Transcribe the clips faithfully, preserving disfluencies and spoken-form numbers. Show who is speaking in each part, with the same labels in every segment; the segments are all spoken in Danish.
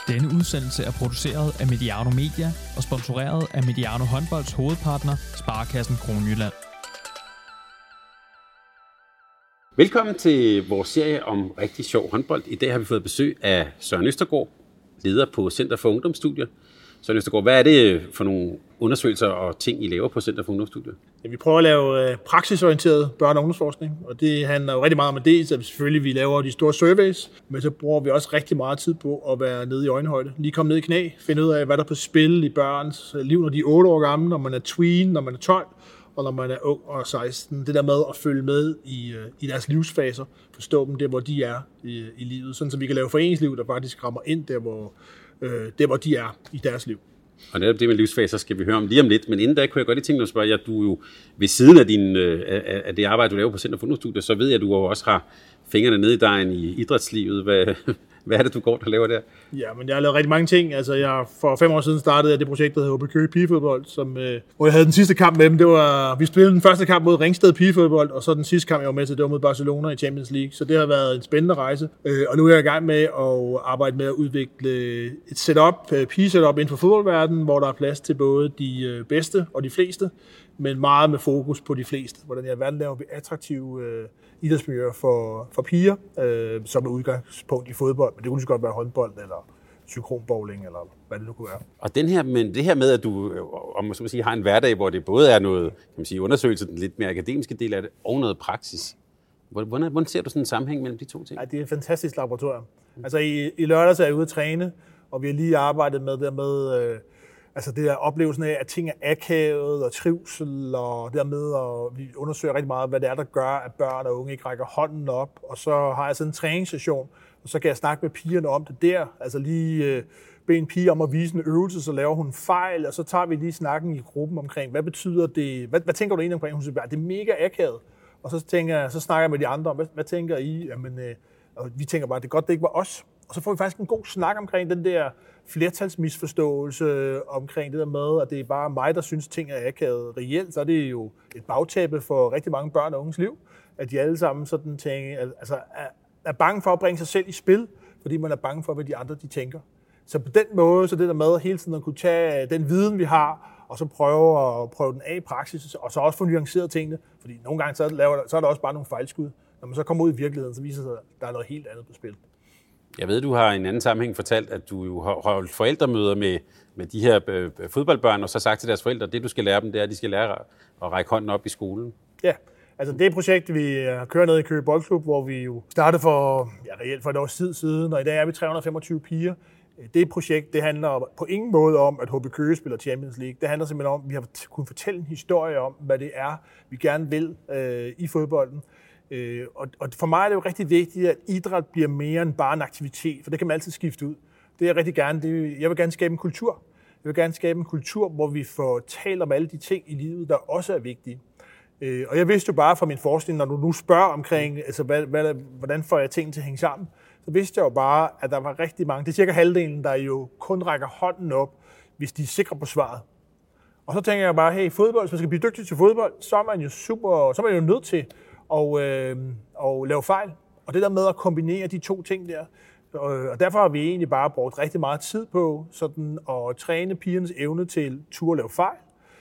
Speaker 1: Denne udsendelse er produceret af Mediano Media og sponsoreret af Mediano Håndbolds hovedpartner, Sparekassen Kronjylland.
Speaker 2: Velkommen til vores serie om rigtig sjov håndbold. I dag har vi fået besøg af Søren Østergaard, leder på Center for Ungdomsstudier. Søren Østergaard, hvad er det for nogle undersøgelser og ting, I laver på Center for Ungdomsstudier?
Speaker 3: Ja, vi prøver at lave praksisorienteret børne- og ungdomsforskning, og det handler jo rigtig meget om det, så selvfølgelig vi laver de store surveys, men så bruger vi også rigtig meget tid på at være nede i øjenhøjde. Lige komme ned i knæ, finde ud af, hvad der er på spil i børns liv, når de er otte år gamle, når man er tween, når man er tolv, og når man er ung og seksten. Det der med at følge med i, i deres livsfaser, forstå dem der, hvor de er i, i livet, sådan så vi kan lave foreningsliv, der faktisk rammer ind der, hvor, øh, der, hvor de er i deres liv.
Speaker 2: Og netop det med livsfaser skal vi høre om lige om lidt, men inden da kunne jeg godt lige tænke mig at spørge jer, du jo ved siden af, din, af, af det arbejde, du laver på Center for Ungdomsstudier, så ved jeg, at du også har fingrene nede i dejen i idrætslivet. Hvad, hvad er det, du går og laver der?
Speaker 3: Ja, men jeg har lavet rigtig mange ting. Altså, jeg for fem år siden startede jeg det projekt, der hedder H B Køge Pigefodbold, som, øh, hvor jeg havde den sidste kamp med dem. Det var, vi spillede den første kamp mod Ringsted Pigefodbold, og så den sidste kamp, jeg var med til, det var mod Barcelona i Champions League. Så det har været en spændende rejse. Øh, og nu er jeg i gang med at arbejde med at udvikle et setup, pige-setup inden for fodboldverdenen, hvor der er plads til både de bedste og de fleste, men meget med fokus på de fleste. Hvordan i alverden laver vi attraktive øh, idrætsmiljøer for, for piger, øh, som er udgangspunkt i fodbold, men det kunne lige så godt være håndbold eller synkronbowling eller hvad det nu kunne være.
Speaker 2: Og den her, men det her med, at du om man så sige, har en hverdag, hvor det både er noget kan man sige, undersøgelse, den lidt mere akademiske del af det, og noget praksis. Hvordan, hvordan ser du sådan en sammenhæng mellem de to ting?
Speaker 3: Ja, det er et fantastisk laboratorium. Mm. Altså i, i lørdags er jeg ude at træne, og vi har lige arbejdet med det med øh, altså det der oplevelsen af, at ting er akavet og trivsel, og dermed, og vi undersøger rigtig meget, hvad det er, der gør, at børn og unge ikke rækker hånden op. Og så har jeg sådan en træningssession, og så kan jeg snakke med pigerne om det der. Altså lige øh, bede en pige om at vise en øvelse, så laver hun fejl, og så tager vi lige snakken i gruppen omkring, hvad betyder det, hvad, hvad tænker du egentlig omkring? Hun siger, det er mega akavet. Og så, tænker jeg, så snakker jeg med de andre om, hvad, hvad tænker I? Jamen, øh, og vi tænker bare, det er godt, det ikke var os. Og så får vi faktisk en god snak omkring den der flertalsmisforståelse omkring det der med, at det er bare mig, der synes, ting er akavet. Reelt så er det jo et bagtæppe for rigtig mange børn og unges liv, at de alle sammen sådan tænker, altså er, er bange for at bringe sig selv i spil, fordi man er bange for, hvad de andre de tænker. Så på den måde, så det der med hele tiden at kunne tage den viden, vi har, og så prøve at prøve den af i praksis, og så også få nuanceret tingene, fordi nogle gange så, laver, så er der også bare nogle fejlskud. Når man så kommer ud i virkeligheden, så viser det sig, at der er noget helt andet på spil. Jeg
Speaker 2: ved, du har i en anden sammenhæng fortalt, at du jo har holdt forældremøder med, med de her øh, fodboldbørn, og så sagt til deres forældre, at det du skal lære dem, det er, at de skal lære at række hånden op i skolen.
Speaker 3: Ja, altså det projekt, vi kører ned i Køge Boldklub, hvor vi jo startede for, ja, reelt for et års tid siden, og i dag er vi tre hundrede og femogtyve piger. Det projekt, det handler på ingen måde om, at H B Køge spiller Champions League. Det handler simpelthen om, at vi har kunnet fortælle en historie om, hvad det er, vi gerne vil øh, i fodbolden. Øh, og, og for mig er det jo rigtig vigtigt, at idræt bliver mere end bare en aktivitet, for det kan man altid skifte ud. Det er jeg rigtig gerne. Det, jeg vil gerne skabe en kultur. Jeg vil gerne skabe en kultur, hvor vi får talt om alle de ting i livet, der også er vigtige. Øh, og jeg vidste jo bare fra min forskning, når du nu spørger omkring, altså, hvad, hvad, hvordan får jeg tingene til at hænge sammen, så vidste jeg jo bare, at der var rigtig mange, det er cirka halvdelen, der jo kun rækker hånden op, hvis de er sikre på svaret. Og så tænker jeg bare, hey, fodbold, hvis man skal blive dygtig til fodbold, så er man jo super, så er man jo nødt til at, øh, at lave fejl. Og det der med at kombinere de to ting der, og derfor har vi egentlig bare brugt rigtig meget tid på sådan at træne pigernes evne til tur at lave fejl.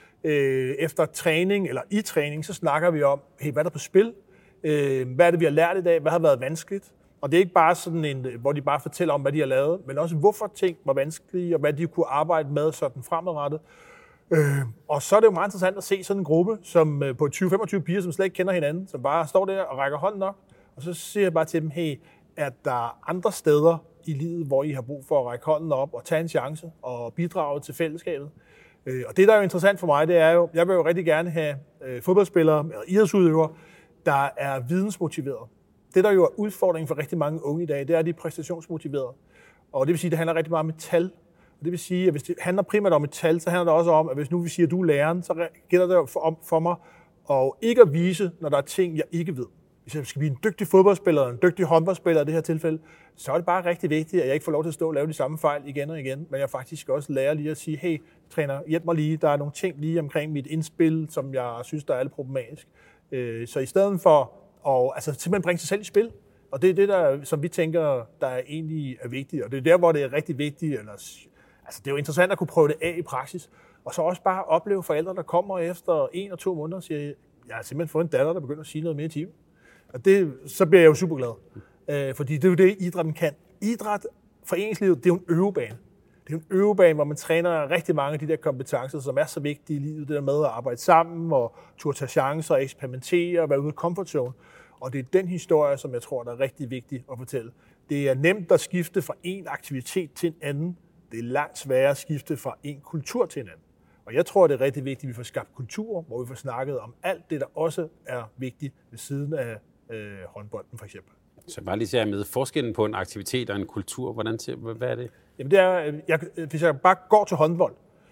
Speaker 3: Efter træning, eller i træning, så snakker vi om, hey, hvad er der på spil? Hvad er det, vi har lært i dag? Hvad har været vanskeligt? Og det er ikke bare sådan en, hvor de bare fortæller om, hvad de har lavet, men også hvorfor ting var vanskelige, og hvad de kunne arbejde med sådan fremadrettet. Øh, og så er det jo meget interessant at se sådan en gruppe, som på tyve til femogtyve piger, som slet ikke kender hinanden, som bare står der og rækker hånden op. Og så siger jeg bare til dem, hey, er der andre steder i livet, hvor I har brug for at række hånden op og tage en chance og bidrage til fællesskabet? Øh, og det, der er jo interessant for mig, det er jo, jeg vil jo rigtig gerne have øh, fodboldspillere eller idrætsudøvere, der er vidensmotiverede. Det, der jo er udfordringen for rigtig mange unge i dag, det er, at de er præstationsmotiverede. Og det vil sige, at det handler rigtig meget om et tal. Og det vil sige, at hvis det handler primært om et tal, så handler det også om, at hvis nu vi siger, at du er læreren, så gælder det for, for mig at ikke at vise, når der er ting, jeg ikke ved. Hvis jeg skal blive en dygtig fodboldspiller eller en dygtig håndboldspiller i det her tilfælde, så er det bare rigtig vigtigt, at jeg ikke får lov til at stå og lave de samme fejl igen og igen, men jeg faktisk også lærer lige at sige, hey, træner, hjælp mig lige, der er nogle ting lige omkring mit indspil, som jeg synes, der er lidt problematisk. Så i stedet for at altså, simpelthen bringe sig selv i spil, Og det er det, der, som vi tænker, der er egentlig er vigtigt. Og det er der, hvor det er rigtig vigtigt. Eller, altså, det er jo interessant at kunne prøve det af i praksis. Og så også bare opleve forældre, der kommer efter en og to måneder og siger, jeg har simpelthen fået en datter, der begynder at sige noget mere i timen. Og det, så bliver jeg jo super glad. Øh, fordi det er jo det, idrætten kan. Idræt, foreningslivet, det er jo en øvebane. Det er en øvebane, hvor man træner rigtig mange af de der kompetencer, som er så vigtige i livet. Det der med at arbejde sammen og turde tage chancer, eksperimentere og være ude af comfort zone. Og det er den historie, som jeg tror, der er rigtig vigtig at fortælle. Det er nemt at skifte fra en aktivitet til en anden. Det er langt sværere at skifte fra en kultur til en anden. Og jeg tror, det er rigtig vigtigt, at vi får skabt kulturer, hvor vi får snakket om alt det, der også er vigtigt ved siden af øh, håndbolden for eksempel.
Speaker 2: Så bare lige ser med forskellen på en aktivitet og en kultur. Hvordan ser, hvad er det?
Speaker 3: Jamen det er, jeg, hvis jeg bare går til håndbold,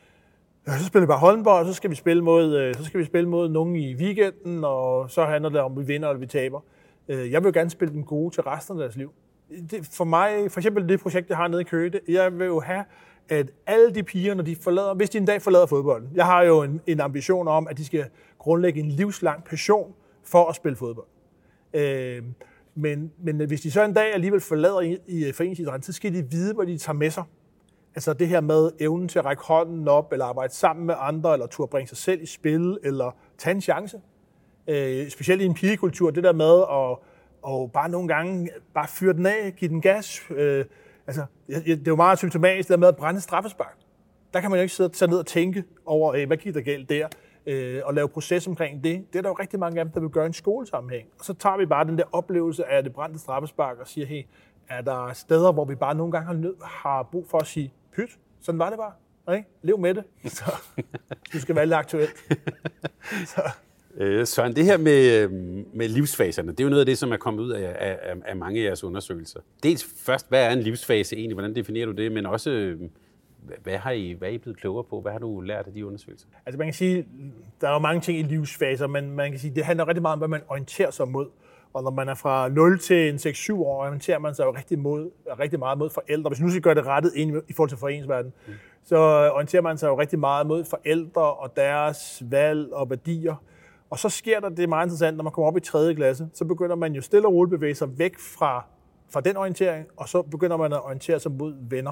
Speaker 3: så spiller vi bare håndbold, så skal vi spille mod, så skal vi spille mod nogen i weekenden, og så handler det om, vi vinder eller vi taber. Jeg vil gerne spille dem gode til resten af deres liv. Det, for mig, for eksempel det projekt, jeg har nede i Køge, det, jeg vil jo have, at alle de piger, når de forlader, hvis de en dag forlader fodbolden, jeg har jo en, en ambition om, at de skal grundlægge en livslang passion for at spille fodbold. Øh, men, men hvis de så en dag alligevel forlader i, i foreningsidrætten, så skal de vide, hvad de tager med sig. Altså det her med evnen til at række hånden op, eller arbejde sammen med andre, eller turde bringe sig selv i spil, eller tage en chance. Øh, specielt i en pigekultur, det der med at og bare nogle gange bare fyre den af, give den gas. Øh, altså, det er jo meget symptomatisk, det der med at brænde straffespark. Der kan man jo ikke sidde, sidde ned og tænke over, øh, hvad gik der galt der, øh, og lave proces omkring det. Det er der jo rigtig mange af dem, der vil gøre en skolesammenhæng. Og så tager vi bare den der oplevelse af det brændte straffespark og siger, hey, er der steder, hvor vi bare nogle gange har, nød, har brug for at sige, pyt, sådan var det bare. Ikke? Lev med det. Så du skal være lidt aktuelt. Så.
Speaker 2: Øh, Søren, det her med, med livsfaserne, det er jo noget af det, som er kommet ud af, af, af mange af jeres undersøgelser. Dels først, hvad er en livsfase egentlig? Hvordan definerer du det? Men også, hvad har I, hvad er I blevet klogere på? Hvad har du lært af de undersøgelser?
Speaker 3: Altså man kan sige, der er jo mange ting i livsfaser, men man kan sige, det handler rigtig meget om, hvad man orienterer sig mod. Og når man er fra nul til en seks syv år, orienterer man sig jo rigtig, mod, rigtig meget mod forældre. Hvis nu skal gøre det rettet ind i forhold til foreningsverdenen, mm. så orienterer man sig jo rigtig meget mod forældre og deres valg og værdier. Og så sker der, det er meget interessant, når man kommer op i tredje klasse, så begynder man jo stille og roligt bevæge sig væk fra, fra den orientering, og så begynder man at orientere sig mod venner.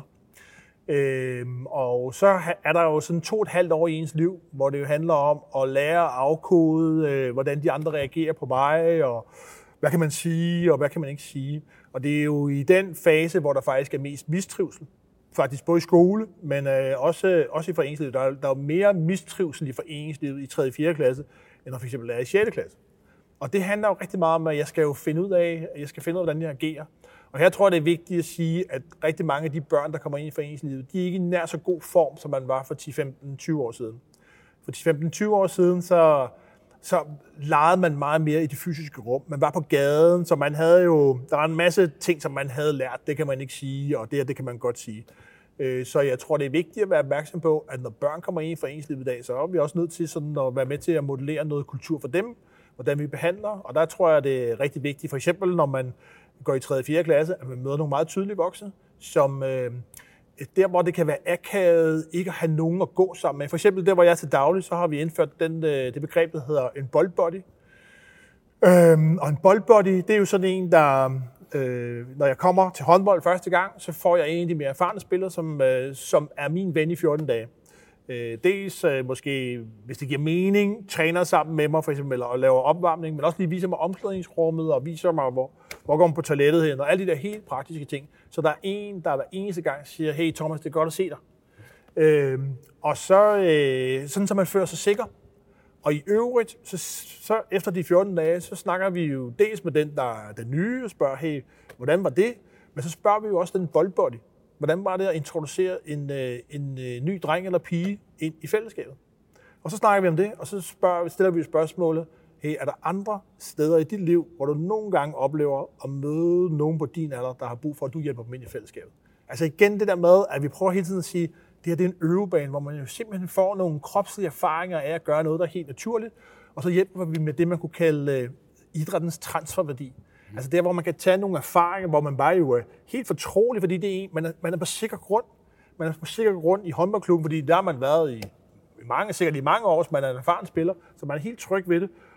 Speaker 3: Øhm, og så er der jo sådan to og et halvt år i ens liv, hvor det jo handler om at lære at afkode, øh, hvordan de andre reagerer på mig, og hvad kan man sige, og hvad kan man ikke sige. Og det er jo i den fase, hvor der faktisk er mest mistrivsel. Faktisk både i skole, men øh, også, også i foreningslivet. Der er, der er mere mistrivsel i foreningslivet i tredje og fjerde klasse, end der for eksempel er i sjette klasse. Og det handler jo rigtig meget om, at jeg skal jo finde ud af, jeg skal finde ud af, hvordan jeg agerer. Og her tror jeg, det er vigtigt at sige, at rigtig mange af de børn, der kommer ind i foreningslivet, de er ikke i nær så god form, som man var for ti femten tyve år siden. For ti femten tyve år siden, så, så legede man meget mere i det fysiske rum. Man var på gaden, så man havde jo, der var en masse ting, som man havde lært, det kan man ikke sige, og det her, det kan man godt sige. Så jeg tror, det er vigtigt at være opmærksom på, at når børn kommer ind i foreningslivet i dag, så er vi også nødt til sådan at være med til at modellere noget kultur for dem, hvordan vi behandler. Og der tror jeg, det er rigtig vigtigt, for eksempel når man går i tredje og fjerde klasse, at man møder nogle meget tydelige voksne, som øh, der, hvor det kan være akavet, ikke at have nogen at gå sammen med. For eksempel der, hvor jeg er til daglig, så har vi indført den, øh, det begreb, der hedder en boldbody. Øhm, og en boldbody, det er jo sådan en, der... Øh, når jeg kommer til håndbold første gang, så får jeg en af de mere erfarne spillere, som, øh, som er min ven i fjorten dage. Øh, dels øh, måske, hvis det giver mening, træner sammen med mig for eksempel, eller laver opvarmning, men også lige viser mig omklædningsrummet, og viser mig, hvor, hvor går man på toilettet hen, og alle de der helt praktiske ting. Så der er en, der hver eneste gang siger, hey Thomas, det er godt at se dig. Øh, og så, øh, sådan så man føler sig sikker. Og i øvrigt, så, så efter de fjorten dage, så snakker vi jo dels med den, der er den nye, og spørger, hey, hvordan var det? Men så spørger vi jo også den boldbody. Hvordan var det at introducere en, en, en ny dreng eller pige ind i fællesskabet? Og så snakker vi om det, og så spørger, stiller vi spørgsmålet, hey, er der andre steder i dit liv, hvor du nogle gange oplever at møde nogen på din alder, der har brug for, at du hjælper dem ind i fællesskabet? Altså igen det der med, at vi prøver hele tiden at sige, det her det er en øvebane, hvor man jo simpelthen får nogle kropslige erfaringer af at gøre noget, der er helt naturligt, og så hjælper vi med det, man kunne kalde uh, idrættens transferværdi. Mm. Altså der, hvor man kan tage nogle erfaringer, hvor man bare jo er helt fortrolig, fordi det er en, man, er, man er på sikker grund. Man er på sikker grund i håndboldklubben, fordi der har man været i, i mange, sikkert i mange år, så man er en erfaren spiller, så man er helt tryg ved det.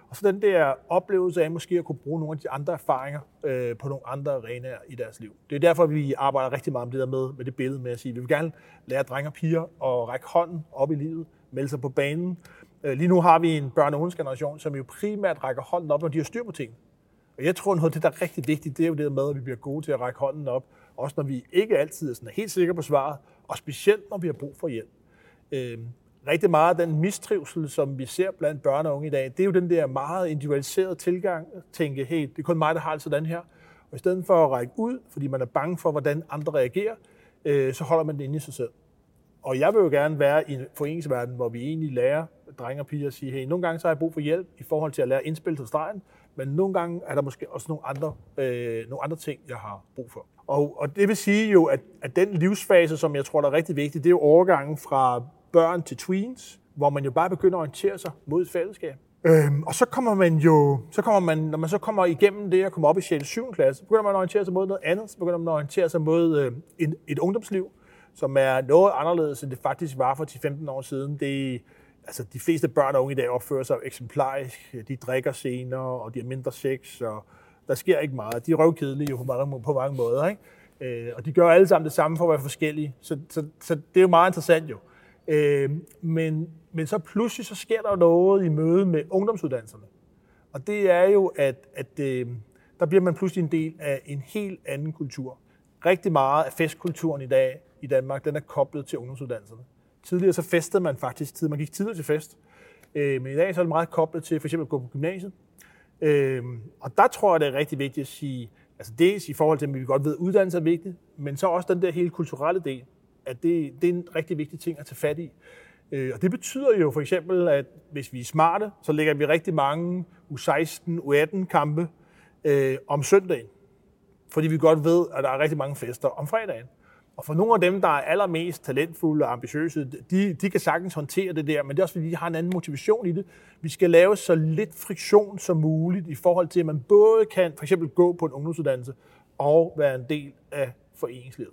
Speaker 3: Og så den der oplevelse af måske at kunne bruge nogle af de andre erfaringer øh, på nogle andre arenaer i deres liv. Det er derfor, vi arbejder rigtig meget med det der med, med det billede med at sige, at vi vil gerne lære drenge og piger at række hånden op i livet, melde sig på banen. Øh, lige nu har vi en børne- og ungdomsgeneration, som jo primært rækker hånden op, når de har styr på ting. Og jeg tror, noget af det, der er rigtig vigtigt, det er jo det med, at vi bliver gode til at række hånden op, også når vi ikke altid er sådan helt sikre på svaret, og specielt når vi har brug for hjælp. Øh, Rigtig meget af den mistrivsel, som vi ser blandt børn og unge i dag, det er jo den der meget individualiserede tilgang, tænke, hey, det er kun mig, der har det sådan her. Og i stedet for at række ud, fordi man er bange for, hvordan andre reagerer, øh, så holder man det inde i sig selv. Og jeg vil jo gerne være i en foreningsverden, hvor vi egentlig lærer drenge og piger at sige, hey, nogle gange så har jeg brug for hjælp i forhold til at lære indspil til stregen, men nogle gange er der måske også nogle andre, øh, nogle andre ting, jeg har brug for. Og, og det vil sige jo, at, at den livsfase, som jeg tror, der er rigtig vigtig, det er jo overgangen fra børn til tweens, hvor man jo bare begynder at orientere sig mod et fællesskab. Øhm, og så kommer man jo, så kommer man, når man så kommer igennem det og kommer op i sjette syvende klasse, så begynder man at orientere sig mod noget andet, så begynder man at orientere sig mod øh, en, et ungdomsliv, som er noget anderledes, end det faktisk var for ti til femten år siden. Det, altså, de fleste børn og unge i dag opfører sig eksemplarisk, de drikker senere, og de har mindre sex, og der sker ikke meget. De er røvkedelige jo på mange, på mange måder, ikke? Øh, og de gør alle sammen det samme for at være forskellige, så, så, så det er jo meget interessant jo. Øh, men, men så pludselig så sker der noget i møde med ungdomsuddannelserne. Og det er jo, at, at øh, der bliver man pludselig en del af en helt anden kultur. Rigtig meget af festkulturen i dag i Danmark, den er koblet til ungdomsuddannelserne. Tidligere så festede man faktisk tid, man gik tidligere til fest. Øh, men i dag så er det meget koblet til for eksempel at gå på gymnasiet. Øh, og der tror jeg, det er rigtig vigtigt at sige, altså dels i forhold til, at vi godt ved, at uddannelse er vigtigt, men så også den der helt kulturelle del, at det, det er en rigtig vigtig ting at tage fat i. Øh, og det betyder jo for eksempel, at hvis vi er smarte, så lægger vi rigtig mange U seksten, U atten kampe øh, om søndagen. Fordi vi godt ved, at der er rigtig mange fester om fredagen. Og for nogle af dem, der er allermest talentfulde og ambitiøse, de, de kan sagtens håndtere det der, men det er også fordi, de har en anden motivation i det. Vi skal lave så lidt friktion som muligt i forhold til, at man både kan for eksempel gå på en ungdomsuddannelse og være en del af foreningslivet.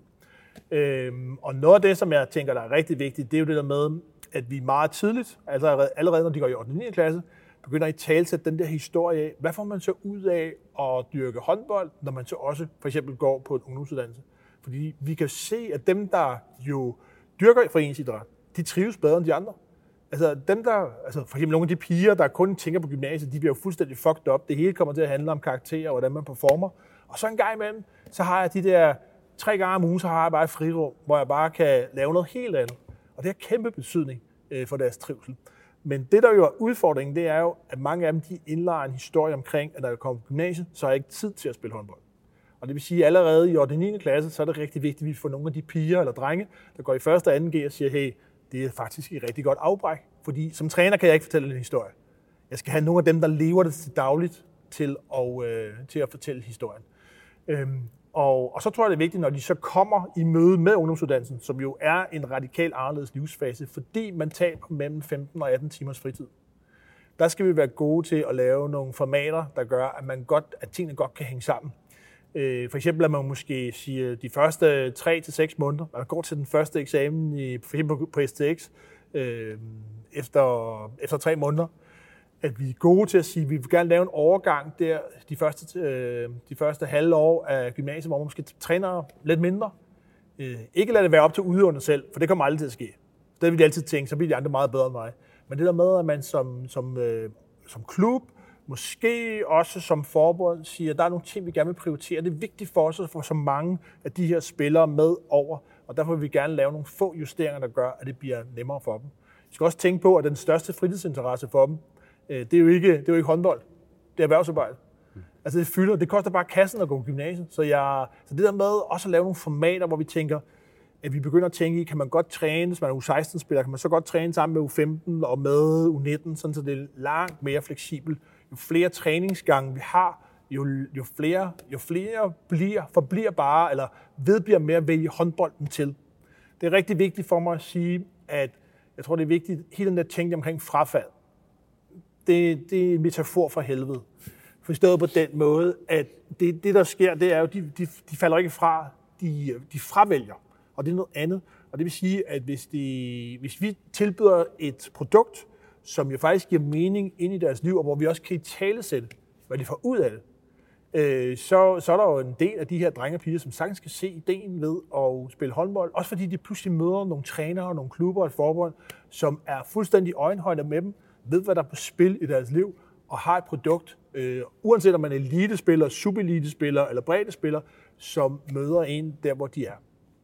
Speaker 3: Øhm, og noget af det, som jeg tænker, der er rigtig vigtigt, det er jo det der med, at vi meget tidligt, altså allerede når de går i ottende og niende klasse, begynder at talsætte den der historie af, hvad får man så ud af at dyrke håndbold, når man så også for eksempel går på en ungdomsuddannelse. Fordi vi kan se, at dem, der jo dyrker foreningsidræt, de trives bedre end de andre. Altså dem, der, altså for eksempel nogle af de piger, der kun tænker på gymnasiet, de bliver jo fuldstændig fucked up. Det hele kommer til at handle om karakterer og hvordan man performer. Og så en gang imellem, så har jeg de der tre gange om ugen, så har jeg bare et frirum, hvor jeg bare kan lave noget helt andet. Og det har kæmpe betydning øh, for deres trivsel. Men det, der jo er udfordringen, det er jo, at mange af dem, de indlejer en historie omkring, at når jeg kommer på gymnasiet, så har jeg ikke tid til at spille håndbold. Og det vil sige, at allerede i ottende og niende klasse, så er det rigtig vigtigt, at vi får nogle af de piger eller drenge, der går i første og anden G og siger, hey, det er faktisk et rigtig godt afbræk. Fordi som træner kan jeg ikke fortælle en historie. Jeg skal have nogle af dem, der lever det til dagligt, til at, øh, til at fortælle historien. Øhm, og, og så tror jeg, det er vigtigt, når de så kommer i møde med ungdomsuddannelsen, som jo er en radikalt anderledes livsfase, fordi man taber mellem femten og atten timers fritid. Der skal vi være gode til at lave nogle formater, der gør, at, man godt, at tingene godt kan hænge sammen. For eksempel at man måske siger de første tre til seks måneder, man går til den første eksamen i, for eksempel på S T X øh, efter, efter tre måneder, at vi er gode til at sige, at vi vil gerne lave en overgang der de første, øh, de første halve år af gymnasiet, hvor man måske træner lidt mindre. Øh, ikke lade det være op til udøverne selv, for det kommer aldrig til at ske. Det vil de altid tænke, så bliver de andre meget bedre end mig. Men det der med, at man som, som, øh, som klub, måske også som forbund siger, at der er nogle ting, vi gerne vil prioritere. Det er vigtigt for os at få så mange af de her spillere med over, og derfor vil vi gerne lave nogle få justeringer, der gør, at det bliver nemmere for dem. Vi skal også tænke på, at den største fritidsinteresse for dem, det er jo ikke, det er jo ikke håndbold, det er erhvervsarbejde. Mm. Altså det fylder, det koster bare kassen at gå på gymnasiet. Så, jeg, så det der med også at lave nogle formater, hvor vi tænker, at vi begynder at tænke i, kan man godt træne, hvis man er U seksten-spiller, kan man så godt træne sammen med U femten og med U nitten, sådan så det er langt mere fleksibelt. Jo flere træningsgange vi har, jo, jo flere, jo flere bliver, forbliver bare, eller vedbliver med at vælge håndbolden til. Det er rigtig vigtigt for mig at sige, at jeg tror, det er vigtigt, hele den der tænkning omkring frafald, det, det er en metafor for helvede. Forstået på den måde, at det, det der sker, det er jo, de, de, de falder ikke fra, de, de fravælger, og det er noget andet. Og det vil sige, at hvis, de, hvis vi tilbyder et produkt, som jo faktisk giver mening ind i deres liv, og hvor vi også kan italesætte, hvad de får ud af det, øh, så, så er der jo en del af de her drenge og piger, som sagtens skal se ideen ved at spille håndbold, også fordi de pludselig møder nogle trænere, nogle klubber og et forbund, som er fuldstændig øjenhøjde med dem, ved hvad der er på spil i deres liv, og har et produkt, øh, uanset om man er elitespiller, subelitespiller eller breddespiller, som møder en der, hvor de er.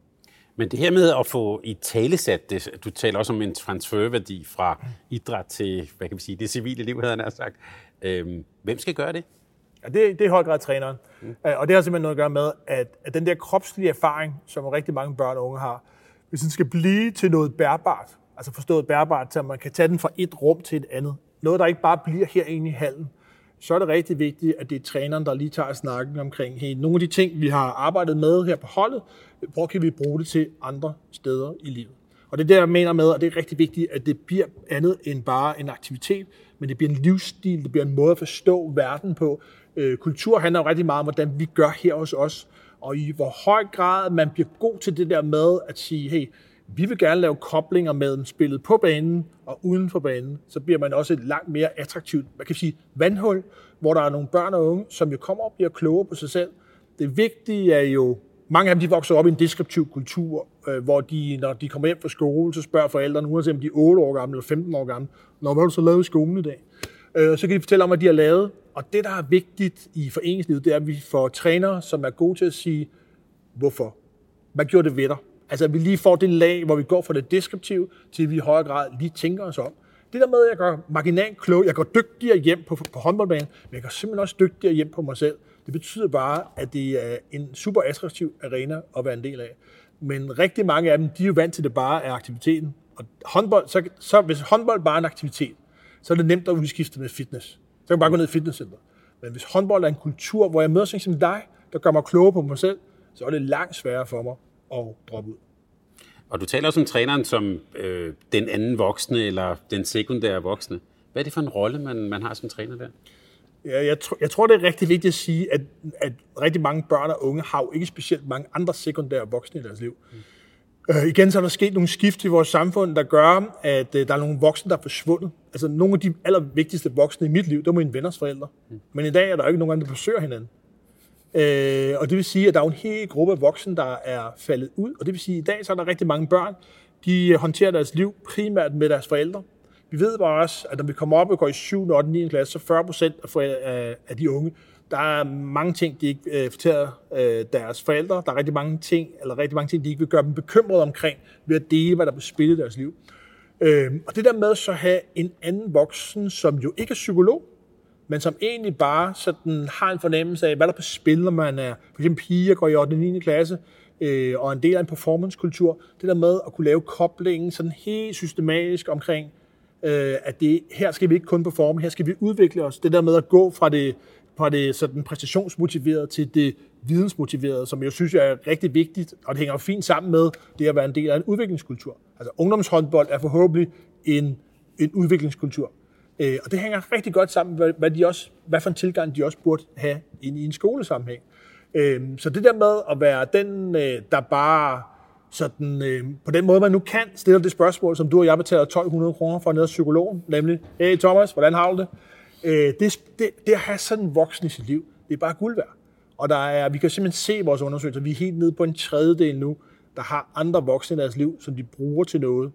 Speaker 2: Men det her med at få i talesat det, du taler også om en transferværdi fra idræt til, hvad kan vi sige, det civile liv, havde han sagt. Øhm, hvem skal gøre det?
Speaker 3: Ja, det, det er i høj grad træneren. Mm. Og det har simpelthen noget at gøre med, at, at den der kropslige erfaring, som rigtig mange børn og unge har, hvis den skal blive til noget bærbart, altså forstået bærbart, så man kan tage den fra et rum til et andet, noget der ikke bare bliver herinde i hallen, så er det rigtig vigtigt, at det er træneren, der lige tager snakken omkring, hey, nogle af de ting, vi har arbejdet med her på holdet, hvor kan vi bruge det til andre steder i livet. Og det er det, jeg mener med, og det er rigtig vigtigt, at det bliver andet end bare en aktivitet, men det bliver en livsstil, det bliver en måde at forstå verden på. Øh, kultur handler jo rigtig meget om, hvordan vi gør her hos os, og i hvor høj grad man bliver god til det der med at sige, hey, vi vil gerne lave koblinger mellem spillet på banen og uden for banen, så bliver man også et langt mere attraktivt, hvad kan vi sige, vandhul, hvor der er nogle børn og unge, som jo kommer og bliver klogere på sig selv. Det vigtige er jo, mange af dem de vokser op i en deskriptiv kultur, øh, hvor de, når de kommer hjem fra skole, så spørger forældrene, uanset om de er otte år gamle eller femten år gamle, når hvad har du så lavet i skolen i dag? Øh, så kan de fortælle om, hvad de har lavet. Og det, der er vigtigt i foreningslivet, det er, at vi får trænere, som er gode til at sige, hvorfor? Hvad gjorde det ved dig? Altså, at vi lige får det lag, hvor vi går fra det deskriptive, til at vi i højere grad lige tænker os om. Det der med, at jeg går marginalt klog, jeg går dygtigere hjem på, på håndboldbanen, men jeg går simpelthen også dygtigere hjem på mig selv. Det betyder bare, at det er en super attraktiv arena at være en del af. Men rigtig mange af dem, de er jo vant til, at det bare er aktiviteten. Og håndbold, så, så hvis håndbold bare er en aktivitet, så er det nemt at udskifte med fitness. Så kan jeg bare gå ned i fitnesscenter. Men hvis håndbold er en kultur, hvor jeg møder sådan som dig, der gør mig klogere på mig selv, så er det langt sværere for mig at droppe ud.
Speaker 2: Og du taler også om træneren som øh, den anden voksne, eller den sekundære voksne. Hvad er det for en rolle, man, man har som træner der?
Speaker 3: Ja, jeg, tr- jeg tror, det er rigtig vigtigt at sige, at, at rigtig mange børn og unge har jo ikke specielt mange andre sekundære voksne i deres liv. Mm. Øh, igen, så er der sket nogle skift i vores samfund, der gør, at øh, der er nogle voksne, der er forsvundet. Altså nogle af de allervigtigste voksne i mit liv, det var mine venners forældre. Mm. Men i dag er der ikke nogen, der besøger hinanden. Øh, og det vil sige, at der er en hel gruppe af voksne, der er faldet ud. Og det vil sige, at i dag så er der rigtig mange børn, de håndterer deres liv primært med deres forældre. Vi ved bare også, at når vi kommer op og går i syvende, ottende, niende klasse, så fyrre procent af, af de unge, der er mange ting, de ikke øh, fortæller øh, deres forældre. Der er rigtig mange ting, eller rigtig mange ting, de ikke vil gøre dem bekymrede omkring, ved at dele, hvad der er på spil i deres liv. Øh, og det der med så at have en anden voksen, som jo ikke er psykolog, men som egentlig bare sådan har en fornemmelse af, hvad der er på spil, når man er for eksempel piger, går i ottende og niende klasse, øh, og en del af en performancekultur. Det der med at kunne lave koblingen sådan helt systematisk omkring, øh, at det, her skal vi ikke kun performe, her skal vi udvikle os. Det der med at gå fra det, fra det sådan præstationsmotiverede til det vidensmotiverede, som jeg synes er rigtig vigtigt, og det hænger jo fint sammen med det at være en del af en udviklingskultur. Altså ungdomshåndbold er forhåbentlig en, en udviklingskultur. Øh, og det hænger rigtig godt sammen med, hvad, de også, hvad for en tilgang de også burde have inde i en skolesammenhæng. Øh, så det der med at være den, øh, der bare sådan, øh, på den måde, man nu kan, stille det spørgsmål, som du og jeg betaler tolv hundrede kroner for nede af psykologen, nemlig, hey Thomas, hvordan har du det? Øh, det, det? Det at have sådan en voksen i sit liv, det er bare guld værd. Og der er, vi kan simpelthen se i vores undersøgelser, vi er helt nede på en tredjedel nu, der har andre voksne i deres liv, som de bruger til noget.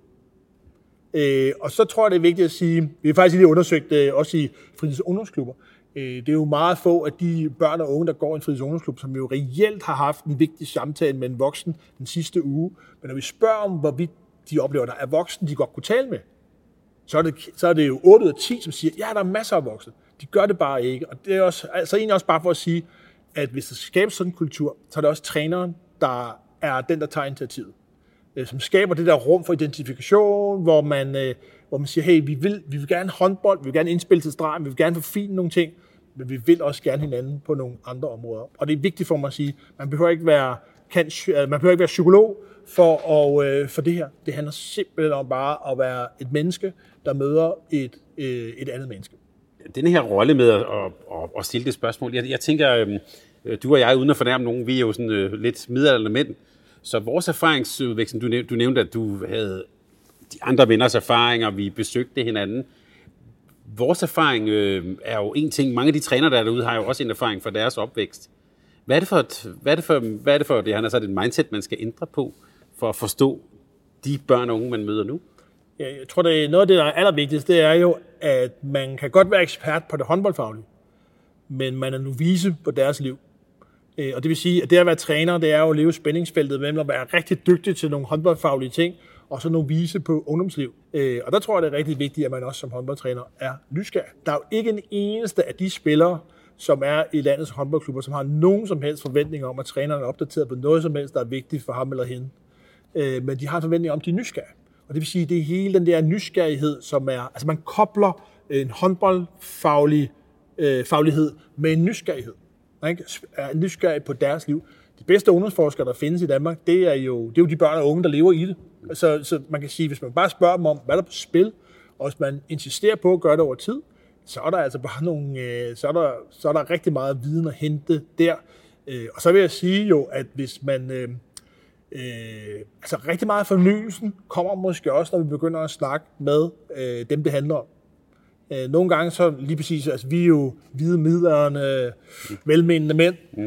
Speaker 3: Øh, og så tror jeg, det er vigtigt at sige, vi har faktisk lige undersøgt det øh, også i fritids- og ungdomsklubber. Øh, det er jo meget få af de børn og unge, der går i en fritids- og ungdomsklub, som jo reelt har haft en vigtig samtale med en voksen den sidste uge. Men når vi spørger om, hvorvidt de oplever, der er voksne, de godt kunne tale med, så er det, så er det jo otte ud af ti, som siger, ja, der er masser af voksne. De gør det bare ikke. Og det er også, altså egentlig også bare for at sige, at hvis der skabes sådan en kultur, så er det også træneren, der er den, der tager initiativet. Som skaber det der rum for identifikation, hvor man, hvor man siger, hey, vi vil, vi vil gerne håndbold, vi vil gerne indspille til stregen, vi vil gerne forfine nogle ting, men vi vil også gerne hinanden på nogle andre områder. Og det er vigtigt for mig at sige, man behøver ikke være, kan, man behøver ikke være psykolog for, at, for det her. Det handler simpelthen om bare at være et menneske, der møder et, et andet menneske.
Speaker 2: Den her rolle med at, at, at stille det spørgsmål, jeg, jeg tænker, du og jeg, uden at fornærme nogen, vi er jo sådan uh, lidt midaldrende mænd, så vores erfaringsudveksling, du nævnte, du nævnte, at du havde de andre venners erfaringer, vi besøgte hinanden. vores erfaring øh, er jo en ting. Mange af de trænere, der er derude, har jo også en erfaring fra deres opvækst. Hvad er det for, et, hvad er det for, hvad er det for det, han har sagt, et mindset, man skal ændre på, for at forstå de børn og unge, man møder nu?
Speaker 3: Ja, jeg tror, det er noget af det, der er allervigtigst, det er jo, at man kan godt være ekspert på det håndboldfaglige, men man er novice på deres liv. Og det vil sige, at det at være træner, det er jo at leve spændingsfeltet mellem at være rigtig dygtig til nogle håndboldfaglige ting, og så novice på ungdomsliv. Og der tror jeg, det er rigtig vigtigt, at man også som håndboldtræner er nysgerrig. Der er jo ikke en eneste af de spillere, som er i landets håndboldklubber, som har nogen som helst forventning om, at træneren er opdateret på noget som helst, der er vigtigt for ham eller hende. Men de har en forventning om, at de er nysgerrige. Og det vil sige, at det er hele den der nysgerrighed, som er... Altså man kobler en håndboldfaglig øh, faglighed med en nysgerrighed. Man er nysgerrig på deres liv. De bedste ungdomsforskere, der findes i Danmark, det er jo, det er jo de børn og unge, der lever i det. Så, så man kan sige, hvis man bare spørger dem om, hvad der er på spil, og hvis man insisterer på at gøre det over tid, så er der altså bare nogle... Øh, så, er der, så er der rigtig meget viden at hente der. Øh, og så vil jeg sige jo, at hvis man... Øh, Øh, altså rigtig meget af fornyelsen kommer måske også, når vi begynder at snakke med øh, dem, det handler om. Øh, nogle gange så lige præcis, altså vi er jo hvide, midlerne, mm. velmenende mænd, mm.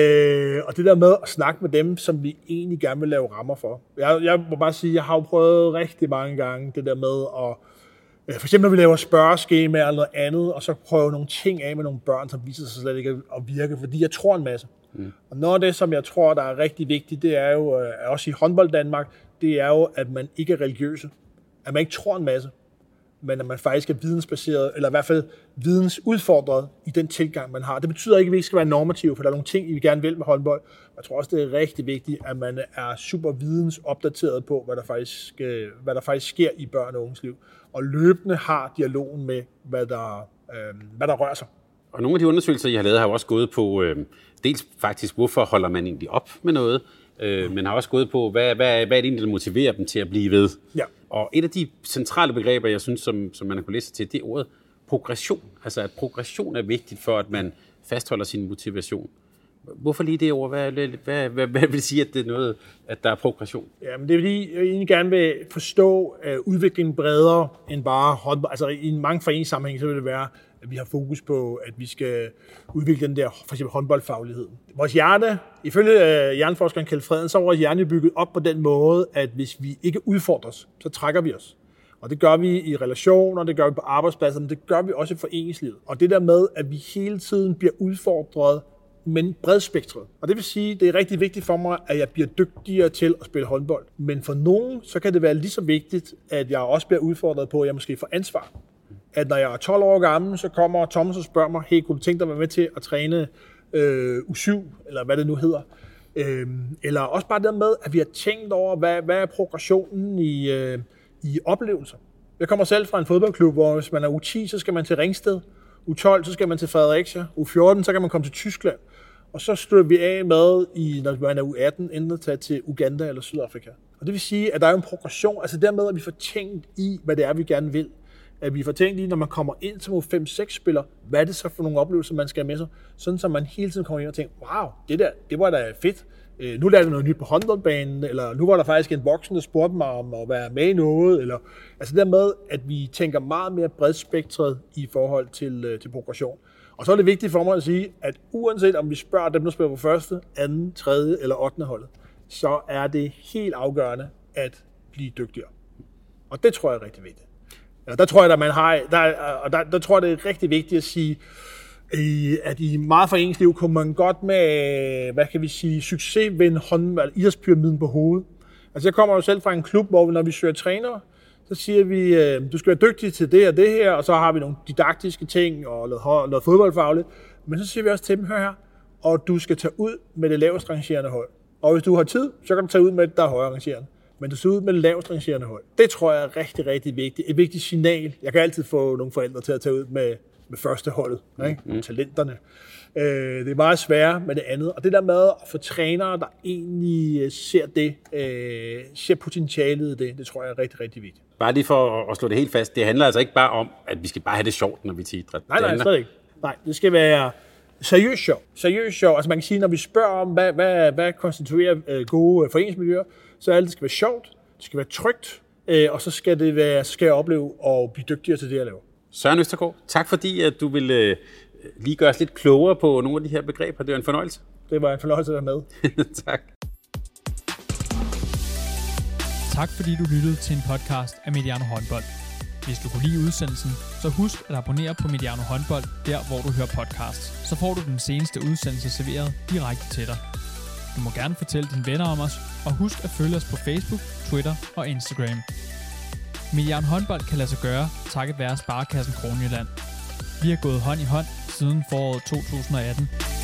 Speaker 3: øh, og det der med at snakke med dem, som vi egentlig gerne vil lave rammer for. Jeg, jeg må bare sige, jeg har jo prøvet rigtig mange gange det der med at, øh, for eksempel når vi laver spørgeskemaer eller noget andet, og så prøve nogle ting af med nogle børn, som viser sig slet ikke at virke, fordi jeg tror en masse. Mm. Og noget af det, som jeg tror, der er rigtig vigtigt, det er jo, også i håndbold Danmark, det er jo, at man ikke er religiøse. At man ikke tror en masse, men at man faktisk er vidensbaseret, eller i hvert fald vidensudfordret i den tilgang, man har. Det betyder ikke, at vi ikke skal være normative, for der er nogle ting, vi gerne vil med håndbold. Jeg tror også, det er rigtig vigtigt, at man er super vidensopdateret på, hvad der faktisk, hvad der faktisk sker i børn og unges liv, og løbende har dialogen med, hvad der, øh, hvad der rører sig.
Speaker 2: Og nogle af de undersøgelser, I har lavet, har jo også gået på, øh, dels faktisk, hvorfor holder man egentlig op med noget, øh, men har også gået på, hvad, hvad, hvad er det egentlig, der motiverer dem til at blive ved.
Speaker 3: Ja.
Speaker 2: Og et af de centrale begreber, jeg synes, som, som man har kunnet læse til, det er ordet progression. Altså, at progression er vigtigt for, at man fastholder sin motivation. Hvorfor lige det ord? Hvad, hvad, hvad, hvad, hvad vil sige, at det er noget, at der er progression?
Speaker 3: Jamen, det er fordi, jeg egentlig gerne vil forstå uh, udviklingen bredere end bare håndbold. Altså, i en mange foreningssammenhæng, så vil det være, at vi har fokus på, at vi skal udvikle den der, for eksempel håndboldfaglighed. Vores hjerne, ifølge uh, hjerneforskeren Kjeld Freden, så er vores hjerne bygget op på den måde, at hvis vi ikke udfordres, så trækker vi os. Og det gør vi i relationer, det gør vi på arbejdspladser, men det gør vi også i foreningslivet. Og det der med, at vi hele tiden bliver udfordret, men bredspektret. Og det vil sige, det er rigtig vigtigt for mig, at jeg bliver dygtigere til at spille håndbold. Men for nogen, så kan det være lige så vigtigt, at jeg også bliver udfordret på, at jeg måske får ansvar. At når jeg er tolv år gammel, så kommer Thomas og spørger mig, hey, kunne du tænke dig at være med til at træne øh, U syv, eller hvad det nu hedder? Øh, eller også bare det med, at vi har tænkt over, hvad, hvad er progressionen i, øh, i oplevelser. Jeg kommer selv fra en fodboldklub, hvor hvis man er U ti, så skal man til Ringsted. U tolv, så skal man til Fredericia. U fjorten, så kan man komme til Tyskland. Og så slutter vi af med, i, når man er U atten, enten at tage til Uganda eller Sydafrika. Og det vil sige, at der er en progression, altså dermed, at vi får tænkt i, hvad det er, vi gerne vil. At vi får tænkt i, når man kommer ind som U fem seks spiller, hvad er det så for nogle oplevelser, man skal have med sig? Sådan, så man hele tiden kommer ind og tænker, wow, det der, det var da fedt. Nu lærte jeg noget nyt på håndboldbanen, eller nu var der faktisk en voksen, der spurgte mig om at være med i noget. Eller, altså dermed, at vi tænker meget mere bredspektret i forhold til, til progression. Og så er det vigtigt for mig at sige, at uanset om vi spørger dem, der spiller på første, anden, tredje eller ottende holdet, så er det helt afgørende at blive dygtigere. Og det tror jeg er rigtig vigtigt. Ja, der tror jeg, at man har, der, og der, der tror jeg, det er rigtig vigtigt at sige, at i meget foreningsliv kunne man godt med, hvad kan vi sige, succes vende håndbold, idrætspyramiden på hovedet. Altså jeg kommer jo selv fra en klub, hvor vi, når vi søger trænere, så siger vi, du skal være dygtig til det og det her, og så har vi nogle didaktiske ting og noget, noget fodboldfagligt. Men så siger vi også til dem, hør her, og du skal tage ud med det lavest rangerende hold. Og hvis du har tid, så kan du tage ud med det, der er højere rangerende. Men du tager ud med det lavest rangerende hold. Det tror jeg er rigtig, rigtig vigtigt. Et vigtigt signal. Jeg kan altid få nogle forældre til at tage ud med med første holdet, ikke? Mm. Talenterne. Øh, det er meget sværere med det andet. Og det der med at få trænere, der egentlig ser det, øh, ser potentialet i det, det tror jeg er rigtig, rigtig vigtigt.
Speaker 2: Bare lige for at slå det helt fast, det handler altså ikke bare om, at vi skal bare have det sjovt, når vi til idræt.
Speaker 3: Nej, nej, slet ikke. Nej, det skal være seriøst sjov. Seriøst sjov. Altså man kan sige, når vi spørger om, hvad, hvad, hvad konstituerer øh, gode foreningsmiljøer, så er det, det skal være sjovt, det skal være trygt, øh, og så skal, det være, så skal jeg opleve at blive dygtigere til det, jeg laver.
Speaker 2: Søren Østergaard, tak fordi at du ville øh, lige gøre os lidt klogere på nogle af de her begreber. Det var en fornøjelse.
Speaker 3: Det var en fornøjelse at være med.
Speaker 2: Tak.
Speaker 1: Tak fordi du lyttede til en podcast af Mediano Håndbold. Hvis du kunne lide udsendelsen, så husk at abonnere på Mediano Håndbold, der hvor du hører podcasts. Så får du den seneste udsendelse serveret direkte til dig. Du må gerne fortælle dine venner om os, og husk at følge os på Facebook, Twitter og Instagram. Mediano Håndbold kan lade sig gøre, takket være Sparekassen Kronjylland. Vi har gået hånd i hånd siden foråret to tusind og atten.